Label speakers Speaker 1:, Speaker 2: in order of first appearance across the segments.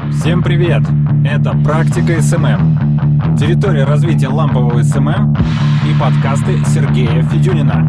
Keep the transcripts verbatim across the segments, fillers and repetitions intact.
Speaker 1: Всем привет! Это «Практика эс эм эм», территория развития лампового эс эм эм и подкасты Сергея Федюнина.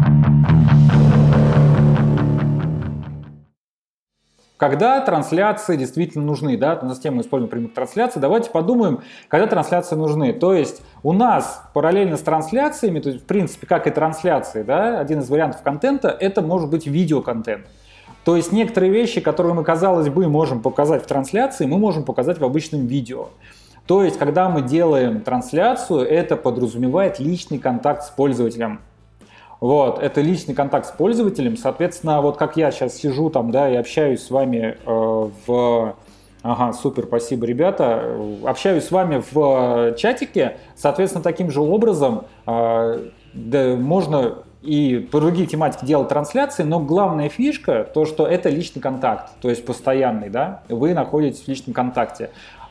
Speaker 1: Когда трансляции действительно нужны, да, у нас тема используем прямых трансляций, давайте подумаем, когда трансляции нужны. То есть у нас параллельно с трансляциями, то есть в принципе как и трансляции, да, один из вариантов контента — это может быть видеоконтент. То есть некоторые вещи, которые мы, казалось бы, можем показать в трансляции, мы можем показать в обычном видео. То есть, когда мы делаем трансляцию, это подразумевает личный контакт с пользователем. Вот, это личный контакт с пользователем. Соответственно, вот как я сейчас сижу там, да, и общаюсь с вами э, в... Ага, супер, спасибо, ребята. Общаюсь с вами в чатике. Соответственно, таким же образом э, да, можно... и по другие тематики делать трансляции, но главная фишка то, что это личный контакт, то есть постоянный, да, вы находитесь в личном контакте.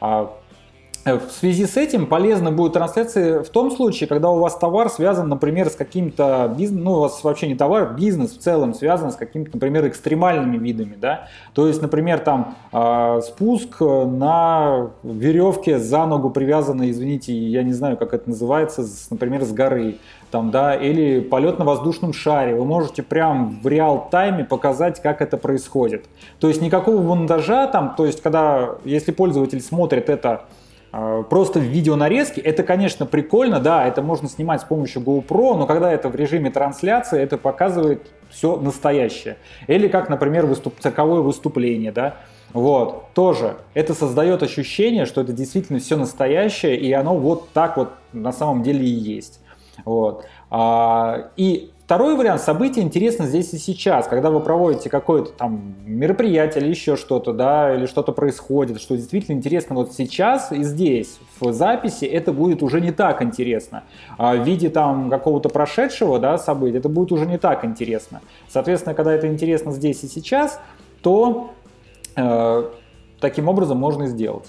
Speaker 1: В связи с этим полезны будут трансляции в том случае, когда у вас товар связан, например, с каким-то бизнесом, ну, у вас вообще не товар, бизнес в целом связан с какими-то, например, экстремальными видами, да, то есть, например, там э, спуск на веревке за ногу привязанной, извините, я не знаю, как это называется, с, например, с горы, там, да, или полет на воздушном шаре, вы можете прям в реал-тайме показать, как это происходит. То есть никакого монтажа там, то есть когда, если пользователь смотрит это просто в видеонарезке, это, конечно, прикольно, да, это можно снимать с помощью GoPro, но когда это в режиме трансляции, это показывает все настоящее. Или как, например, выступ, цирковое выступление, да, вот, тоже. Это создает ощущение, что это действительно все настоящее, и оно вот так вот на самом деле и есть. Вот. И второй вариант событий интересно здесь и сейчас, когда вы проводите какое-то там мероприятие или еще что-то, да, или что-то происходит, что действительно интересно вот сейчас и здесь, в записи, это будет уже не так интересно. А в виде там какого-то прошедшего, да, события, это будет уже не так интересно. Соответственно, когда это интересно здесь и сейчас, то э, таким образом можно и сделать.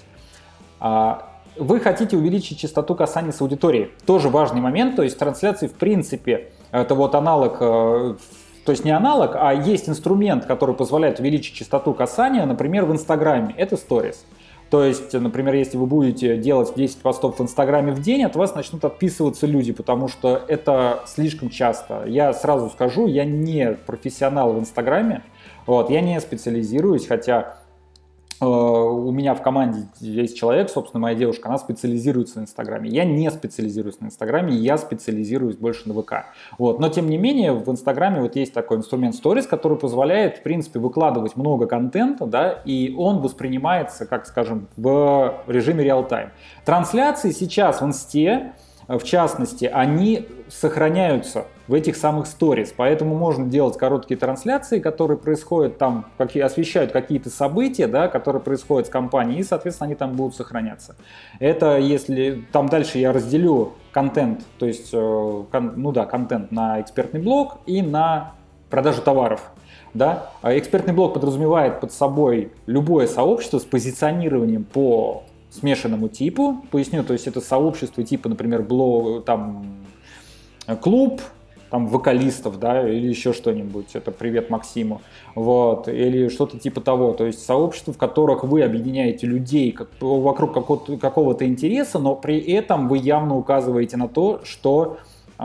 Speaker 1: Вы хотите увеличить частоту касаний с аудиторией. Тоже важный момент, то есть трансляции в принципе это вот аналог, то есть не аналог, а есть инструмент, который позволяет увеличить частоту касания, например, в Инстаграме, это Stories. То есть, например, если вы будете делать десять постов в Инстаграме в день, от вас начнут отписываться люди, потому что это слишком часто. Я сразу скажу, я не профессионал в Инстаграме, вот, я не специализируюсь, хотя... У меня в команде есть человек, собственно, моя девушка, она специализируется на Инстаграме. Я не специализируюсь на Инстаграме, я специализируюсь больше на ВК. Вот. Но, тем не менее, в Инстаграме вот есть такой инструмент Stories, который позволяет, в принципе, выкладывать много контента, да, и он воспринимается, как, скажем, в режиме реал-тайм. Трансляции сейчас в Инсте, в частности, они сохраняются в этих самых сторис, поэтому можно делать короткие трансляции, которые происходят там, какие, освещают какие-то события, да, которые происходят с компанией, и, соответственно, они там будут сохраняться. Это если, там дальше я разделю контент, то есть, кон, ну да, контент на экспертный блог и на продажу товаров. Да? Экспертный блог подразумевает под собой любое сообщество с позиционированием по смешанному типу, поясню, то есть это сообщество типа, например, блог, там, клуб, там, вокалистов, да, или еще что-нибудь, это привет Максиму, вот, или что-то типа того, то есть сообщества, в которых вы объединяете людей как, вокруг какого-то, какого-то интереса, но при этом вы явно указываете на то, что...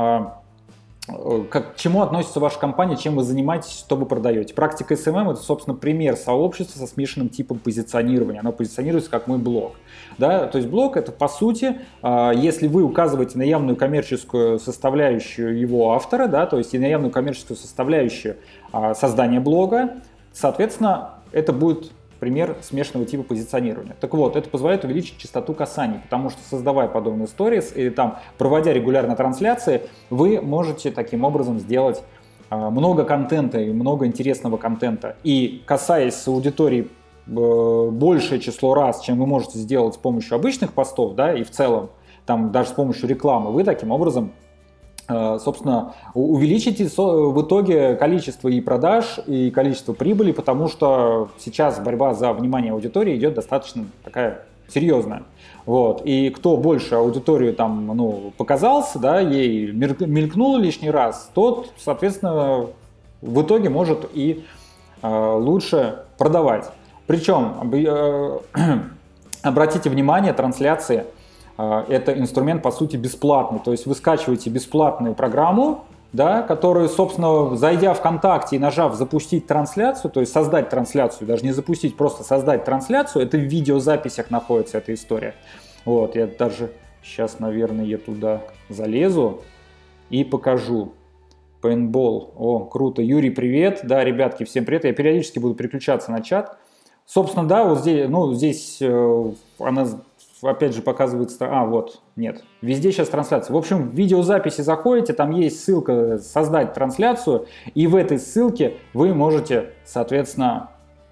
Speaker 1: Как, к чему относится ваша компания, чем вы занимаетесь, что вы продаете. Практика эс эм эм — это, собственно, пример сообщества со смешанным типом позиционирования. Оно позиционируется как мой блог. Да? То есть блог — это, по сути, если вы указываете на явную коммерческую составляющую его автора, да, то есть и на явную коммерческую составляющую создания блога, соответственно, это будет пример смешанного типа позиционирования. Так вот, это позволяет увеличить частоту касаний, потому что, создавая подобные сторис или там проводя регулярно трансляции, вы можете таким образом сделать э, много контента и много интересного контента. И касаясь с аудиторией э, большее число раз, чем вы можете сделать с помощью обычных постов, да, и в целом, там даже с помощью рекламы, вы таким образом собственно, увеличите в итоге количество и продаж, и количество прибыли, потому что сейчас борьба за внимание аудитории идет достаточно такая серьезная. Вот. И кто больше аудиторию там, ну, показался, да, ей мелькнул лишний раз, тот, соответственно, в итоге может и э, лучше продавать. Причем э, обратите внимание, трансляции – это инструмент, по сути, бесплатный. То есть вы скачиваете бесплатную программу, да, которую, собственно, зайдя в ВКонтакте и нажав «Запустить трансляцию», то есть создать трансляцию, даже не запустить, просто создать трансляцию, это в видеозаписях находится эта история. Вот, я даже сейчас, наверное, я туда залезу и покажу. Пейнтбол. О, круто. Юрий, привет. Да, ребятки, всем привет. Я периодически буду переключаться на чат. Собственно, да, вот здесь, ну, здесь э, она опять же показывается. А, вот, нет. Везде сейчас трансляция. В общем, в видеозаписи заходите, там есть ссылка «Создать трансляцию», и в этой ссылке вы можете, соответственно,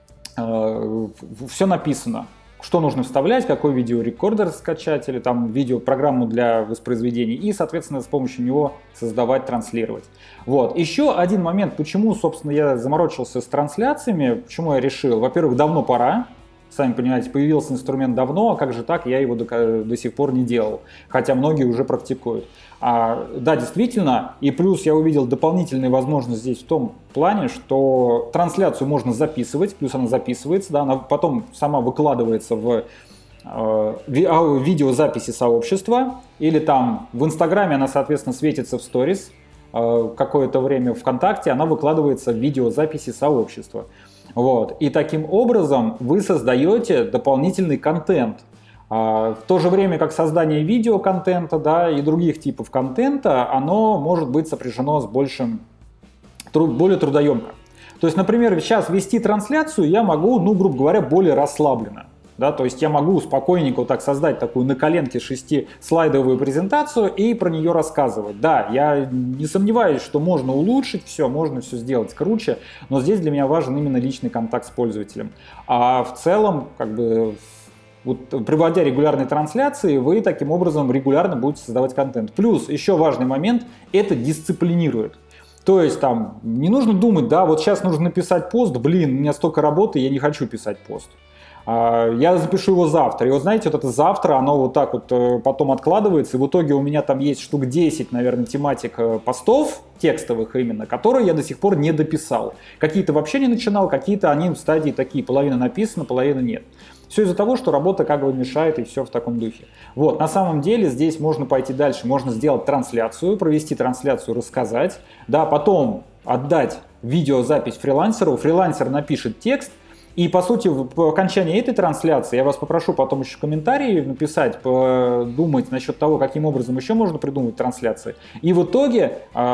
Speaker 1: э, все написано. Что нужно вставлять, какой видеорекордер скачать или там видеопрограмму для воспроизведения и, соответственно, с помощью него создавать, транслировать. Вот. Еще один момент, почему, собственно, я заморочился с трансляциями, почему я решил. Во-первых, давно пора. Сами понимаете, появился инструмент давно, а как же так, я его до, до сих пор не делал, хотя многие уже практикуют. А, да, действительно, и плюс я увидел дополнительные возможности здесь в том плане, что трансляцию можно записывать, плюс она записывается, да, она потом сама выкладывается в э, видеозаписи сообщества, или там в Инстаграме она, соответственно, светится в сторис, э, какое-то время ВКонтакте она выкладывается в видеозаписи сообщества. Вот. И таким образом вы создаете дополнительный контент. А, в то же время, как создание видеоконтента, да, и других типов контента, оно может быть сопряжено с большим, труд, более трудоемко. То есть, например, сейчас вести трансляцию я могу, ну, грубо говоря, более расслабленно. Да, то есть я могу спокойненько вот так создать такую на коленке шестислайдовую презентацию и про нее рассказывать. Да, я не сомневаюсь, что можно улучшить все, можно все сделать круче, но здесь для меня важен именно личный контакт с пользователем. А в целом, как бы, вот, приводя регулярные трансляции, вы таким образом регулярно будете создавать контент. Плюс еще важный момент – это дисциплинирует. То есть там не нужно думать, да, вот сейчас нужно написать пост, блин, у меня столько работы, я не хочу писать пост. Я запишу его завтра. И вот знаете, вот это завтра, оно вот так вот потом откладывается, и в итоге у меня там есть штук десять, наверное, тематик постов, текстовых именно, которые я до сих пор не дописал. Какие-то вообще не начинал, какие-то они в стадии такие, половина написана, половина нет. Все из-за того, что работа как бы мешает, и все в таком духе. Вот, на самом деле здесь можно пойти дальше, можно сделать трансляцию, провести трансляцию, рассказать, да, потом отдать видеозапись фрилансеру, фрилансер напишет текст. И, по сути, по окончании этой трансляции я вас попрошу потом еще комментарии написать, подумать насчет того, каким образом еще можно придумать трансляции. И в итоге,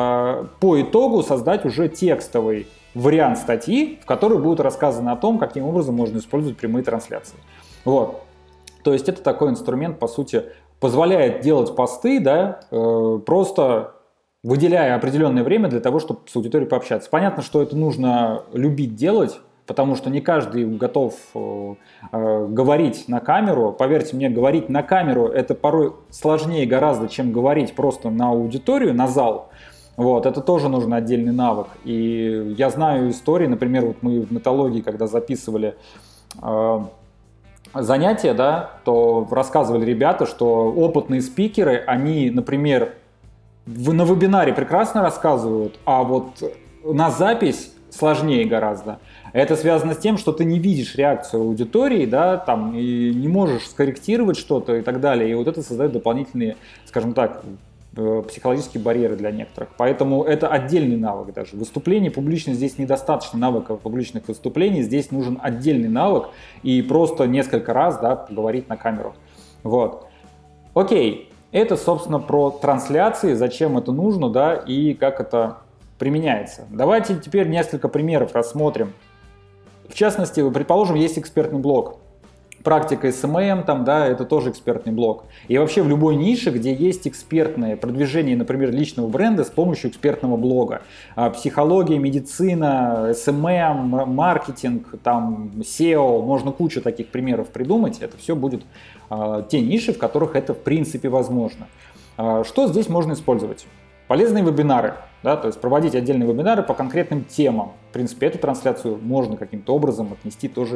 Speaker 1: по итогу, создать уже текстовый вариант статьи, в которой будет рассказано о том, каким образом можно использовать прямые трансляции. Вот. То есть это такой инструмент, по сути, позволяет делать посты, да, просто выделяя определенное время для того, чтобы с аудиторией пообщаться. Понятно, что это нужно любить делать, потому что не каждый готов э, э, говорить на камеру. Поверьте мне, говорить на камеру это порой сложнее гораздо, чем говорить просто на аудиторию, на зал. Вот, это тоже нужен отдельный навык. И я знаю истории, например, вот мы в нетологии, когда записывали э, занятия, да, то рассказывали ребята, что опытные спикеры, они, например, в, на вебинаре прекрасно рассказывают, а вот на запись сложнее гораздо. Это связано с тем, что ты не видишь реакцию аудитории, да, там, и не можешь скорректировать что-то и так далее. И вот это создает дополнительные, скажем так, психологические барьеры для некоторых. Поэтому это отдельный навык даже. Выступление публично здесь недостаточно навыков публичных выступлений. Здесь нужен отдельный навык и просто несколько раз, да, поговорить на камеру. Вот. Окей. Это, собственно, про трансляции, зачем это нужно, да, и как это применяется. Давайте теперь несколько примеров рассмотрим. В частности, предположим, есть экспертный блог. Практика эс эм эм, там, да, это тоже экспертный блог. И вообще в любой нише, где есть экспертное продвижение, например, личного бренда с помощью экспертного блога. Психология, медицина, эс эм эм, маркетинг, там, сео, можно кучу таких примеров придумать. Это все будет а, те ниши, в которых это в принципе возможно. А, что здесь можно использовать? Полезные вебинары, да, то есть проводить отдельные вебинары по конкретным темам. В принципе, эту трансляцию можно каким-то образом отнести тоже к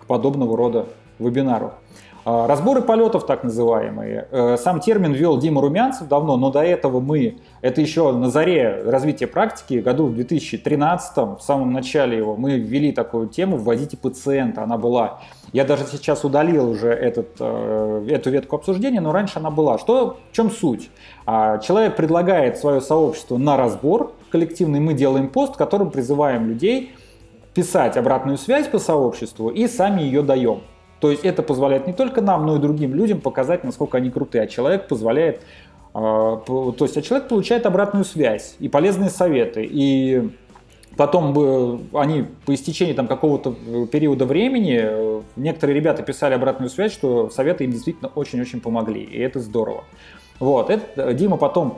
Speaker 1: подобного рода вебинару. Разборы полетов, так называемые. Сам термин ввел Дима Румянцев давно, но до этого мы, это еще на заре развития практики, году в две тысячи тринадцатом, в самом начале его, мы ввели такую тему «Вводите пациента». Она была. Я даже сейчас удалил уже этот, эту ветку обсуждения, но раньше она была. Что, в чем суть? Человек предлагает свое сообщество на разбор коллективный, мы делаем пост, которым призываем людей писать обратную связь по сообществу и сами ее даем. То есть это позволяет не только нам, но и другим людям показать, насколько они крутые. А человек позволяет, то есть а человек получает обратную связь и полезные советы. И потом они по истечении там, какого-то периода времени, некоторые ребята писали обратную связь, что советы им действительно очень-очень помогли. И это здорово. Вот. Это Дима потом,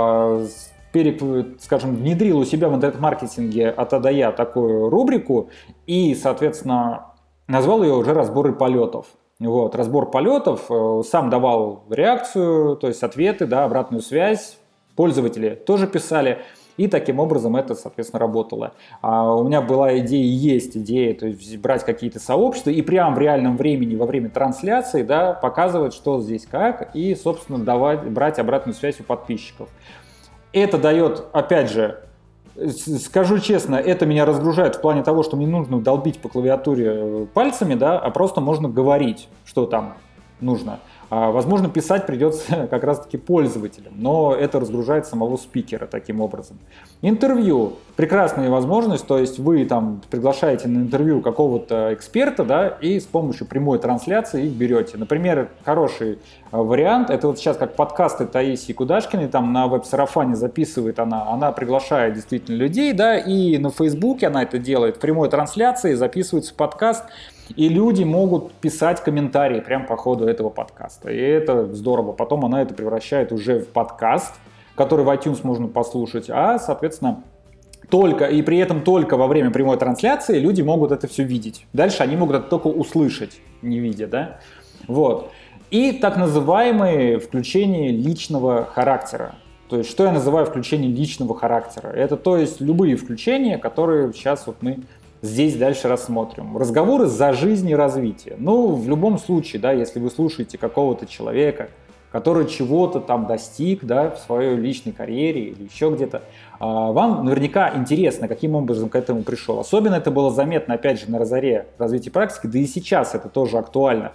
Speaker 1: скажем, внедрил у себя в интернет-маркетинге от А до Я такую рубрику и, соответственно, назвал ее уже «Разборы полетов». Вот, разбор полетов, сам давал реакцию, то есть ответы, да, обратную связь, пользователи тоже писали, и таким образом это, соответственно, работало. А у меня была идея, есть идея, то есть брать какие-то сообщества и прямо в реальном времени, во время трансляции, да, показывать, что здесь как, и, собственно, давать, брать обратную связь у подписчиков. Это дает, опять же, скажу честно, это меня разгружает в плане того, что мне нужно долбить по клавиатуре пальцами, да, а просто можно говорить, что там нужно. А, возможно, писать придется как раз-таки пользователям, но это разгружает самого спикера таким образом. Интервью. Прекрасная возможность, то есть вы там приглашаете на интервью какого-то эксперта, да, и с помощью прямой трансляции их берете. Например, хороший вариант, это вот сейчас как подкасты Таисии Кудашкиной, там на веб-сарафане записывает она, она приглашает действительно людей, да, и на Фейсбуке она это делает, в прямой трансляции записывается подкаст, и люди могут писать комментарии прямо по ходу этого подкаста. И это здорово. Потом она это превращает уже в подкаст, который в iTunes можно послушать, а, соответственно, только и при этом только во время прямой трансляции люди могут это все видеть. Дальше они могут это только услышать, не видя, да? Вот. И так называемые включения личного характера. То есть, что я называю включением личного характера? Это, то есть, любые включения, которые сейчас вот мы здесь дальше рассмотрим. Разговоры за жизнь и развитие. Ну, в любом случае, да, если вы слушаете какого-то человека, который чего-то там достиг, да, в своей личной карьере или еще где-то, вам наверняка интересно, каким образом к этому пришел. Особенно это было заметно, опять же, на заре развития практики, да и сейчас это тоже актуально.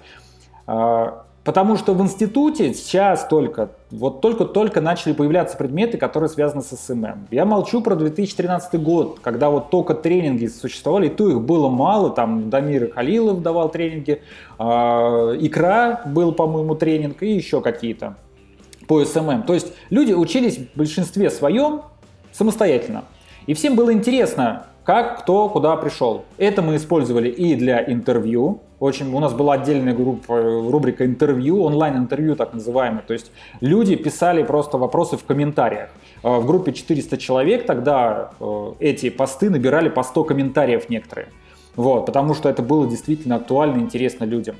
Speaker 1: Потому что в институте сейчас только, вот только-только начали появляться предметы, которые связаны с эс эм эм. Я молчу про две тысячи тринадцатый год, когда вот только тренинги существовали, и то их было мало, там Дамир Халилов давал тренинги, Икра был, по-моему, тренинг, и еще какие-то по эс эм эм. То есть люди учились в большинстве своем самостоятельно. И всем было интересно, как, кто, куда пришел. Это мы использовали и для интервью. Очень, у нас была отдельная группа, рубрика интервью, онлайн-интервью так называемое. То есть люди писали просто вопросы в комментариях. В группе четыреста человек тогда эти посты набирали по сто комментариев некоторые. Вот, потому что это было действительно актуально и интересно людям.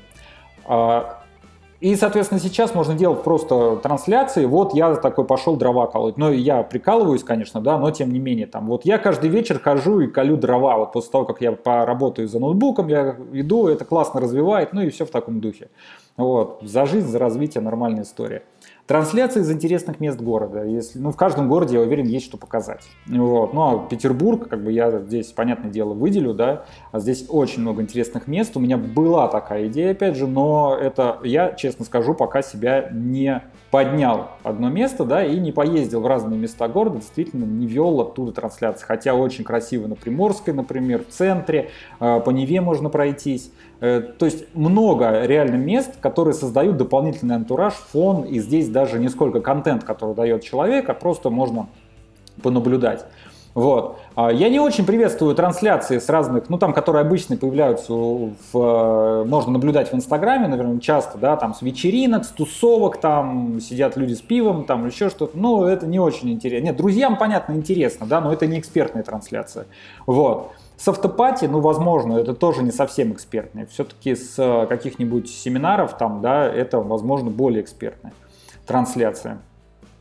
Speaker 1: И, соответственно, сейчас можно делать просто трансляции. Вот я такой пошел дрова колоть. Но я прикалываюсь, конечно, да, но тем не менее. Там, вот я каждый вечер хожу и колю дрова. Вот после того, как я поработаю за ноутбуком, я иду, это классно развивает, ну и все в таком духе. Вот. За жизнь, за развитие, нормальная история. Трансляции из интересных мест города. Если, ну, в каждом городе, я уверен, есть что показать. Вот. Ну, а Петербург, как бы я здесь, понятное дело, выделю, да. А здесь очень много интересных мест. У меня была такая идея, опять же, но это, я, честно скажу, пока себя не поднял одно место, да, и не поездил в разные места города, действительно не вел оттуда трансляции. Хотя очень красиво на Приморской, например, в центре, по Неве можно пройтись. То есть много реально мест, которые создают дополнительный антураж, фон, и здесь даже не сколько контент, который дает человек, а просто можно понаблюдать. Вот. Я не очень приветствую трансляции с разных, ну там, которые обычно появляются, в, можно наблюдать в Инстаграме, наверное, часто, да, там с вечеринок, с тусовок, там сидят люди с пивом, там еще что-то, ну это не очень интересно. Нет, друзьям, понятно, интересно, да, но это не экспертная трансляция. Вот. С автопати, ну, возможно, это тоже не совсем экспертное. Все-таки с каких-нибудь семинаров, там, да, это, возможно, более экспертная трансляция.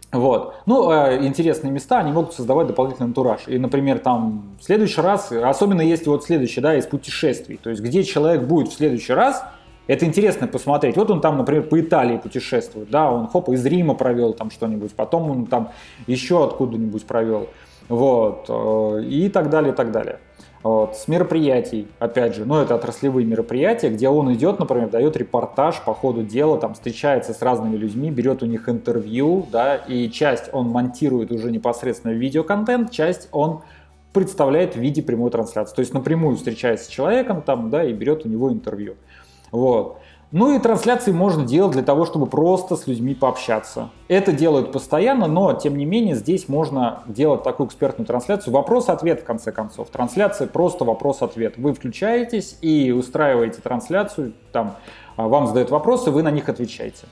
Speaker 1: Вот. Ну, э, интересные места, они могут создавать дополнительный антураж. И, например, там в следующий раз, особенно если вот следующий, да, из путешествий, то есть где человек будет в следующий раз, это интересно посмотреть. Вот он там, например, по Италии путешествует, да, он хоп, из Рима провел там что-нибудь, потом он там еще откуда-нибудь провел, вот, и так далее, и так далее. Вот. С мероприятий, опять же, ну это отраслевые мероприятия, где он идет, например, дает репортаж по ходу дела, там встречается с разными людьми, берет у них интервью, да, и часть он монтирует уже непосредственно в видеоконтент, часть он представляет в виде прямой трансляции. То есть напрямую встречается с человеком там, да, и берет у него интервью. Вот. Ну и трансляции можно делать для того, чтобы просто с людьми пообщаться. Это делают постоянно, но тем не менее здесь можно делать такую экспертную трансляцию. Вопрос-ответ в конце концов. Трансляция просто вопрос-ответ. Вы включаетесь и устраиваете трансляцию, там вам задают вопросы, вы на них отвечаете.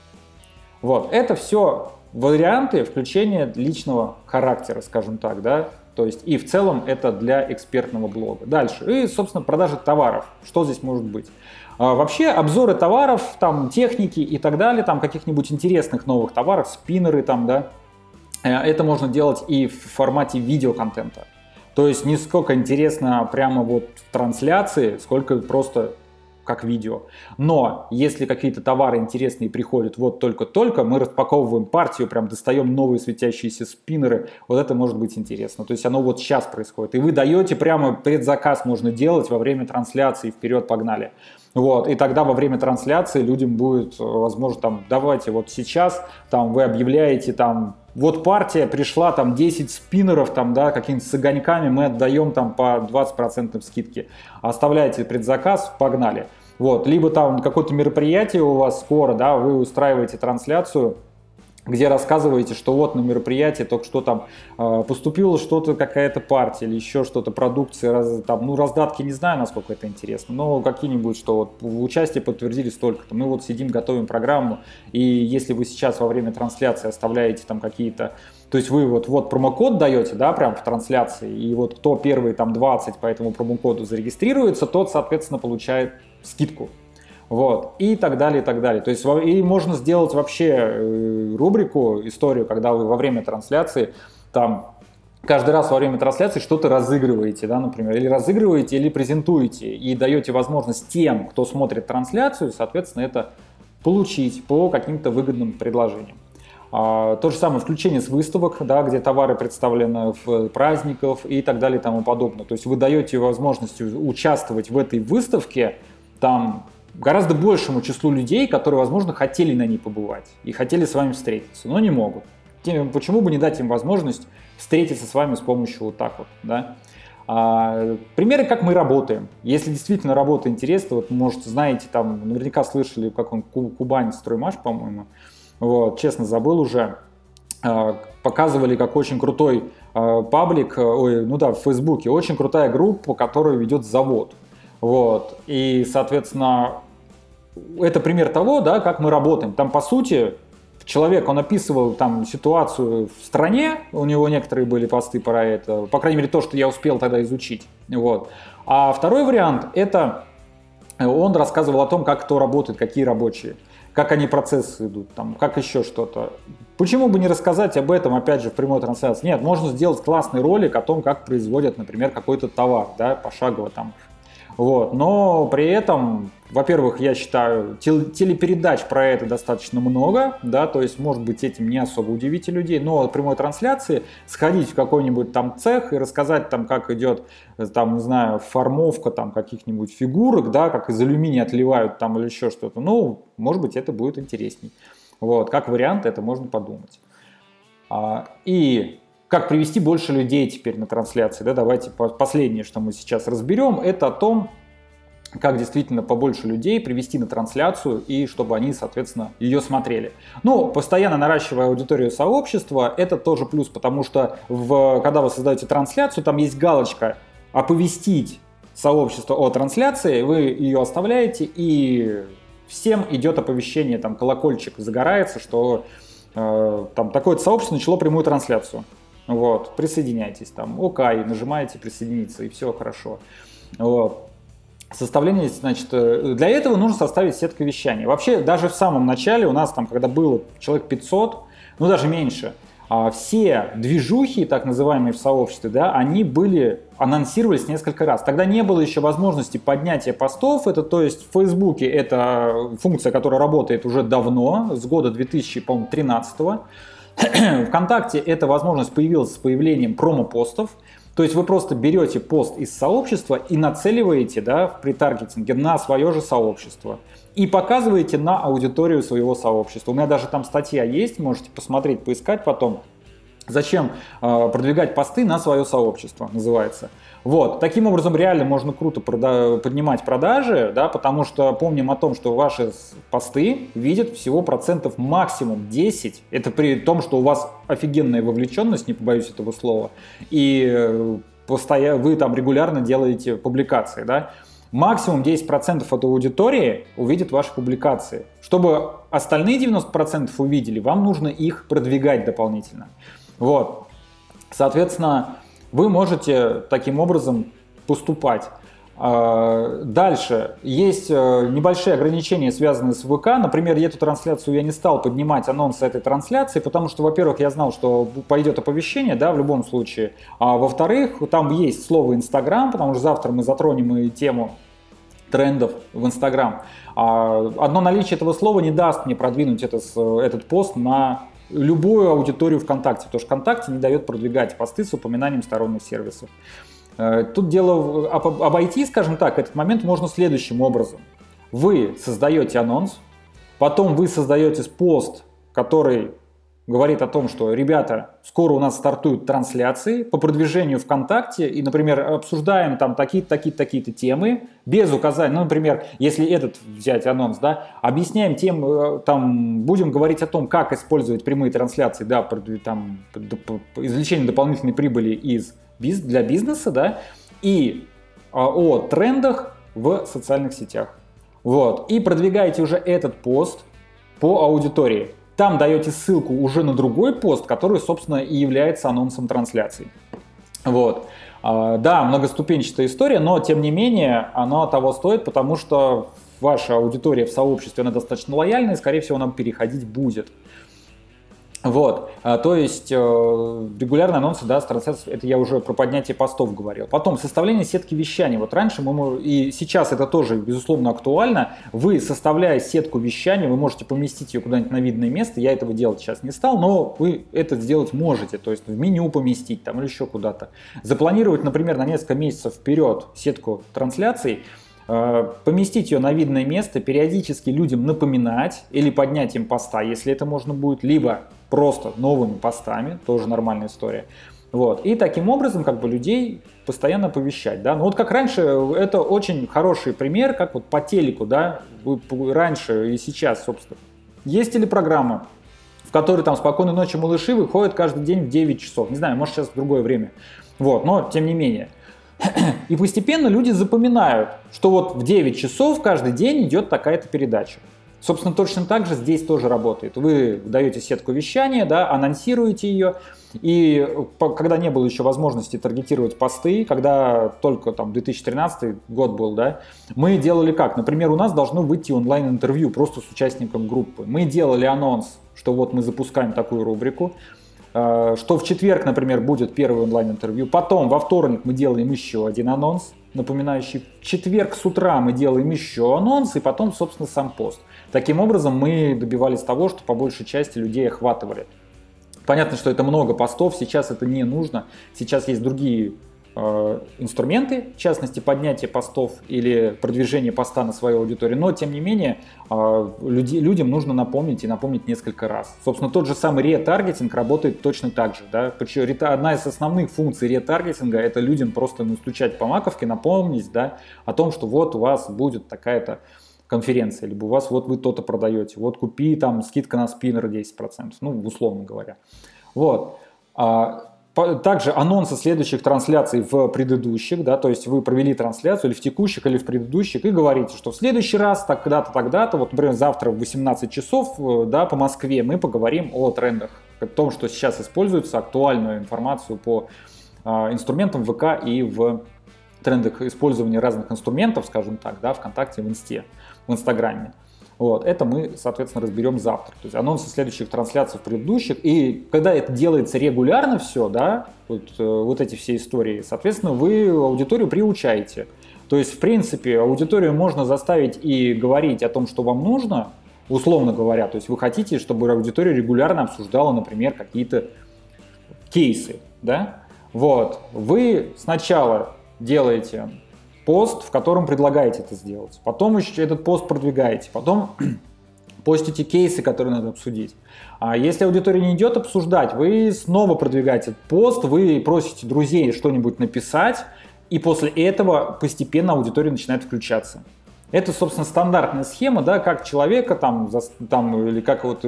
Speaker 1: Вот. Это все варианты включения личного характера, скажем так, да. То есть и в целом это для экспертного блога. Дальше. И, собственно, продажа товаров. Что здесь может быть? А, вообще обзоры товаров, там, техники и так далее, там каких-нибудь интересных новых товаров, спиннеры там, да. Это можно делать и в формате видеоконтента. То есть не сколько интересно прямо вот в трансляции, сколько просто как видео. Но если какие-то товары интересные приходят вот только-только, мы распаковываем партию, прям достаем новые светящиеся спиннеры, вот это может быть интересно. То есть оно вот сейчас происходит. И вы даете прямо предзаказ, можно делать во время трансляции, вперед погнали. Вот, и тогда во время трансляции людям будет, возможно, там, давайте вот сейчас, там, вы объявляете, там, вот партия пришла, там, десять спиннеров, там, да, какими-то с огоньками, мы отдаем, там, по двадцать процентов скидки. Оставляете предзаказ, погнали. Вот, либо там какое-то мероприятие у вас скоро, да, вы устраиваете трансляцию, где рассказываете, что вот на мероприятии только что там э, поступила что-то, какая-то партия или еще что-то, продукция, раз, там, ну раздатки не знаю, насколько это интересно, но какие-нибудь, что вот в участии подтвердили столько-то, мы вот сидим, готовим программу, и если вы сейчас во время трансляции оставляете там какие-то, то есть вы вот, вот промокод даете, да, прям в трансляции, и вот кто первый там двадцать по этому промокоду зарегистрируется, тот, соответственно, получает скидку. Вот, и так далее, и так далее. То есть и можно сделать вообще рубрику, историю, когда вы во время трансляции, там, каждый раз во время трансляции что-то разыгрываете, да, например, или разыгрываете, или презентуете, и даете возможность тем, кто смотрит трансляцию, соответственно, это получить по каким-то выгодным предложениям. А, то же самое включение с выставок, да, где товары представлены в праздников и так далее и тому подобное. То есть вы даете возможность участвовать в этой выставке, там, гораздо большему числу людей, которые, возможно, хотели на ней побывать и хотели с вами встретиться, но не могут. Почему бы не дать им возможность встретиться с вами с помощью вот так вот, да? А, примеры, как мы работаем. Если действительно работа интересна, вот, может, знаете, там, наверняка слышали, как он, Кубань Строймаш, по-моему, вот, честно, забыл уже, а, показывали, как очень крутой а, паблик, ой, ну да, в Фейсбуке, очень крутая группа, которую ведет завод. Вот, и, соответственно, это пример того, да, как мы работаем. Там, по сути, человек, он описывал там ситуацию в стране, у него некоторые были посты про это, по крайней мере, то, что я успел тогда изучить. Вот. А второй вариант, это он рассказывал о том, как кто работает, какие рабочие, как они процессы идут, там, как еще что-то. Почему бы не рассказать об этом, опять же, в прямой трансляции? Нет, можно сделать классный ролик о том, как производят, например, какой-то товар, да, пошагово там. Вот. Но при этом, во-первых, я считаю, тел- телепередач про это достаточно много, да, то есть, может быть, этим не особо удивите людей, но от прямой трансляции сходить в какой-нибудь там цех и рассказать там, как идет, там, не знаю, формовка там каких-нибудь фигурок, да, как из алюминия отливают там или еще что-то, ну, может быть, это будет интересней. Вот, как вариант, это можно подумать. А, и... Как привести больше людей теперь на трансляции? Да, давайте последнее, что мы сейчас разберем, это о том, как действительно побольше людей привести на трансляцию и чтобы они, соответственно, ее смотрели. Ну, постоянно наращивая аудиторию сообщества, это тоже плюс, потому что в, когда вы создаете трансляцию, там есть галочка «Оповестить сообщество о трансляции», вы ее оставляете, и всем идет оповещение, там колокольчик загорается, что э, там такое-то сообщество начало прямую трансляцию. Вот, присоединяйтесь там, ОК, нажимаете присоединиться, и все хорошо. Вот. Составление, значит, для этого нужно составить сетку вещания. Вообще, даже в самом начале у нас там, когда было человек пятьсот, ну даже меньше, а, все движухи, так называемые в сообществе, да, они были, анонсировались несколько раз. Тогда не было еще возможности поднятия постов, это, то есть в Фейсбуке это функция, которая работает уже давно, с года две тысячи тринадцатого. ВКонтакте эта возможность появилась с появлением промо-постов. То есть вы просто берете пост из сообщества и нацеливаете, да, при таргетинге на свое же сообщество. И показываете на аудиторию своего сообщества. У меня даже там статья есть, можете посмотреть, поискать потом. Зачем э, продвигать посты на свое сообщество, называется. Вот. Таким образом, реально можно круто прода- поднимать продажи, да, потому что помним о том, что ваши посты видят всего процентов максимум десять. Это при том, что у вас офигенная вовлеченность, не побоюсь этого слова, и э, постоя- вы там регулярно делаете публикации, да. Максимум десять процентов от аудитории увидят ваши публикации. Чтобы остальные девяносто процентов увидели, вам нужно их продвигать дополнительно. Вот. Соответственно, вы можете таким образом поступать. Дальше. Есть небольшие ограничения, связанные с ВК. Например, эту трансляцию я не стал поднимать анонсы этой трансляции, потому что, во-первых, я знал, что пойдет оповещение, да, в любом случае. А во-вторых, там есть слово Инстаграм, потому что завтра мы затронем и тему трендов в Инстаграм. Одно наличие этого слова не даст мне продвинуть этот, этот пост на любую аудиторию ВКонтакте, потому что ВКонтакте не дает продвигать посты с упоминанием сторонних сервисов. Тут дело обойти, скажем так, этот момент можно следующим образом. Вы создаете анонс, потом вы создаете пост, который говорит о том, что, ребята, скоро у нас стартуют трансляции по продвижению ВКонтакте, и, например, обсуждаем там такие-то, такие-то, такие-то темы, без указания, ну, например, если этот взять анонс, да, объясняем тем, там, будем говорить о том, как использовать прямые трансляции, да, там, извлечение дополнительной прибыли из, для бизнеса, да, и о трендах в социальных сетях. Вот, и продвигаете уже этот пост по аудитории. Там даете ссылку уже на другой пост, который, собственно, и является анонсом трансляции. Вот. Да, многоступенчатая история, но, тем не менее, оно того стоит, потому что ваша аудитория в сообществе, она достаточно лояльная, и, скорее всего, она переходить будет. Вот, то есть регулярные анонсы, да, с трансляцией, это я уже про поднятие постов говорил. Потом составление сетки вещания. Вот раньше мы, и сейчас это тоже, безусловно, актуально. Вы, составляя сетку вещания, вы можете поместить ее куда-нибудь на видное место. Я этого делать сейчас не стал, но вы это сделать можете. То есть в меню поместить там или еще куда-то. Запланировать, например, на несколько месяцев вперед сетку трансляций. Поместить ее на видное место, периодически людям напоминать или поднять им поста, если это можно будет, либо просто новыми постами, тоже нормальная история. Вот. И таким образом как бы людей постоянно оповещать. Да? Ну вот как раньше, это очень хороший пример, как вот по телеку, да, раньше и сейчас, собственно. Есть телепрограмма, в которой там «Спокойной ночи, малыши» выходит каждый день в девять часов. Не знаю, может сейчас в другое время. Вот. Но тем не менее. И постепенно люди запоминают, что вот в девять часов каждый день идет такая-то передача. Собственно, точно так же здесь тоже работает. Вы даете сетку вещания, да, анонсируете ее, и когда не было еще возможности таргетировать посты, когда только там две тысячи тринадцатый год был, да, мы делали как? Например, у нас должно выйти онлайн-интервью просто с участником группы. Мы делали анонс, что вот мы запускаем такую рубрику, что в четверг, например, будет первое онлайн-интервью. Потом во вторник мы делаем еще один анонс, напоминающий. В четверг с утра мы делаем еще анонс, и потом, собственно, сам пост. Таким образом, мы добивались того, что по большей части людей охватывали. Понятно, что это много постов, сейчас это не нужно. Сейчас есть другие э, инструменты, в частности, поднятие постов или продвижение поста на свою аудиторию. Но, тем не менее, э, люди, людям нужно напомнить и напомнить несколько раз. Собственно, тот же самый ретаргетинг работает точно так же. Да? Причем одна из основных функций ретаргетинга — это людям просто настучать по маковке, напомнить, да, о том, что вот у вас будет такая-то конференция, либо у вас вот вы то-то продаете, вот купи, там скидка на спиннер десять процентов, ну, условно говоря. Вот. Также анонсы следующих трансляций в предыдущих, да, то есть вы провели трансляцию или в текущих, или в предыдущих, и говорите, что в следующий раз, тогда-то, тогда-то, вот, например, завтра в восемнадцать часов, да, по Москве мы поговорим о трендах, о том, что сейчас используется, актуальную информацию по а, инструментам ВК и в трендах использования разных инструментов, скажем так, да, ВКонтакте, в Инсте, в Инстаграме. Вот, это мы, соответственно, разберем завтра. То есть анонсы следующих трансляций в предыдущих. И когда это делается регулярно все, да, вот, вот эти все истории, соответственно, вы аудиторию приучаете. То есть, в принципе, аудиторию можно заставить и говорить о том, что вам нужно, условно говоря. То есть вы хотите, чтобы аудитория регулярно обсуждала, например, какие-то кейсы, да? Вот. Вы сначала делаете пост, в котором предлагаете это сделать. Потом еще этот пост продвигаете. Потом постите кейсы, которые надо обсудить. А если аудитория не идет обсуждать, вы снова продвигаете этот пост, вы просите друзей что-нибудь написать, и после этого постепенно аудитория начинает включаться. Это, собственно, стандартная схема, да, как человека там, там, или как вот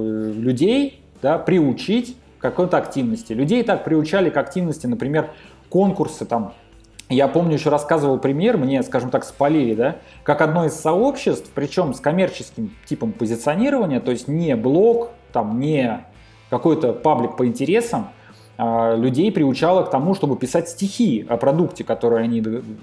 Speaker 1: людей, да, приучить к какой-то активности. Людей так приучали к активности, например, конкурсы там. Я помню, еще рассказывал пример, мне, скажем так, спалили, да, как одно из сообществ, причем с коммерческим типом позиционирования, то есть не блог, там, не какой-то паблик по интересам, а людей приучало к тому, чтобы писать стихи о продукте, который они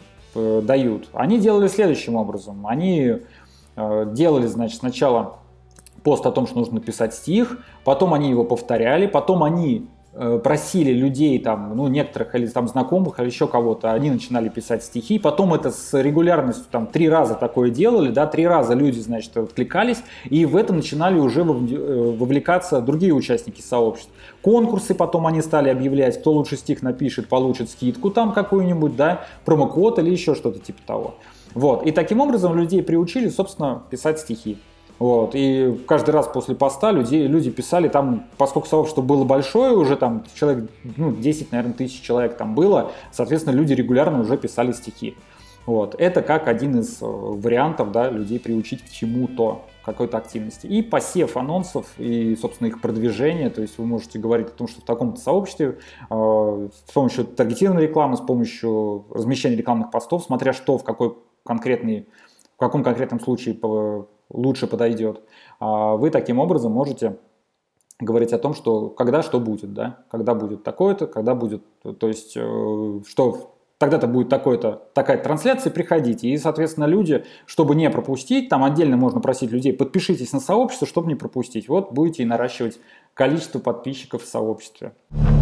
Speaker 1: дают. Они делали следующим образом. Они делали, значит, сначала пост о том, что нужно написать стих, потом они его повторяли, потом они просили людей, там, ну, некоторых или там знакомых, или еще кого-то, они начинали писать стихи, потом это с регулярностью, там, три раза такое делали, да, три раза люди, значит, откликались, и в это начинали уже вовлекаться другие участники сообщества. Конкурсы потом они стали объявлять, кто лучше стих напишет, получит скидку там какую-нибудь, да, промокод или еще что-то типа того. Вот, и таким образом людей приучили, собственно, писать стихи. Вот. И каждый раз после поста люди, люди писали, там, поскольку сообщество было большое, уже там человек, ну, десять, наверное, тысяч человек там было, соответственно, люди регулярно уже писали стихи. Вот. Это как один из вариантов, да, людей приучить к чему-то, какой-то активности. И посев анонсов, и, собственно, их продвижение, то есть вы можете говорить о том, что в таком-то сообществе э, с помощью таргетированной рекламы, с помощью размещения рекламных постов, смотря что в какой конкретный, в каком конкретном случае по лучше подойдет, вы таким образом можете говорить о том, что когда что будет, да, когда будет такое-то, когда будет, то есть, что тогда-то будет такое-то, такая трансляция, приходите. И, соответственно, люди, чтобы не пропустить, там отдельно можно просить людей, подпишитесь на сообщество, чтобы не пропустить. Вот будете и наращивать количество подписчиков в сообществе.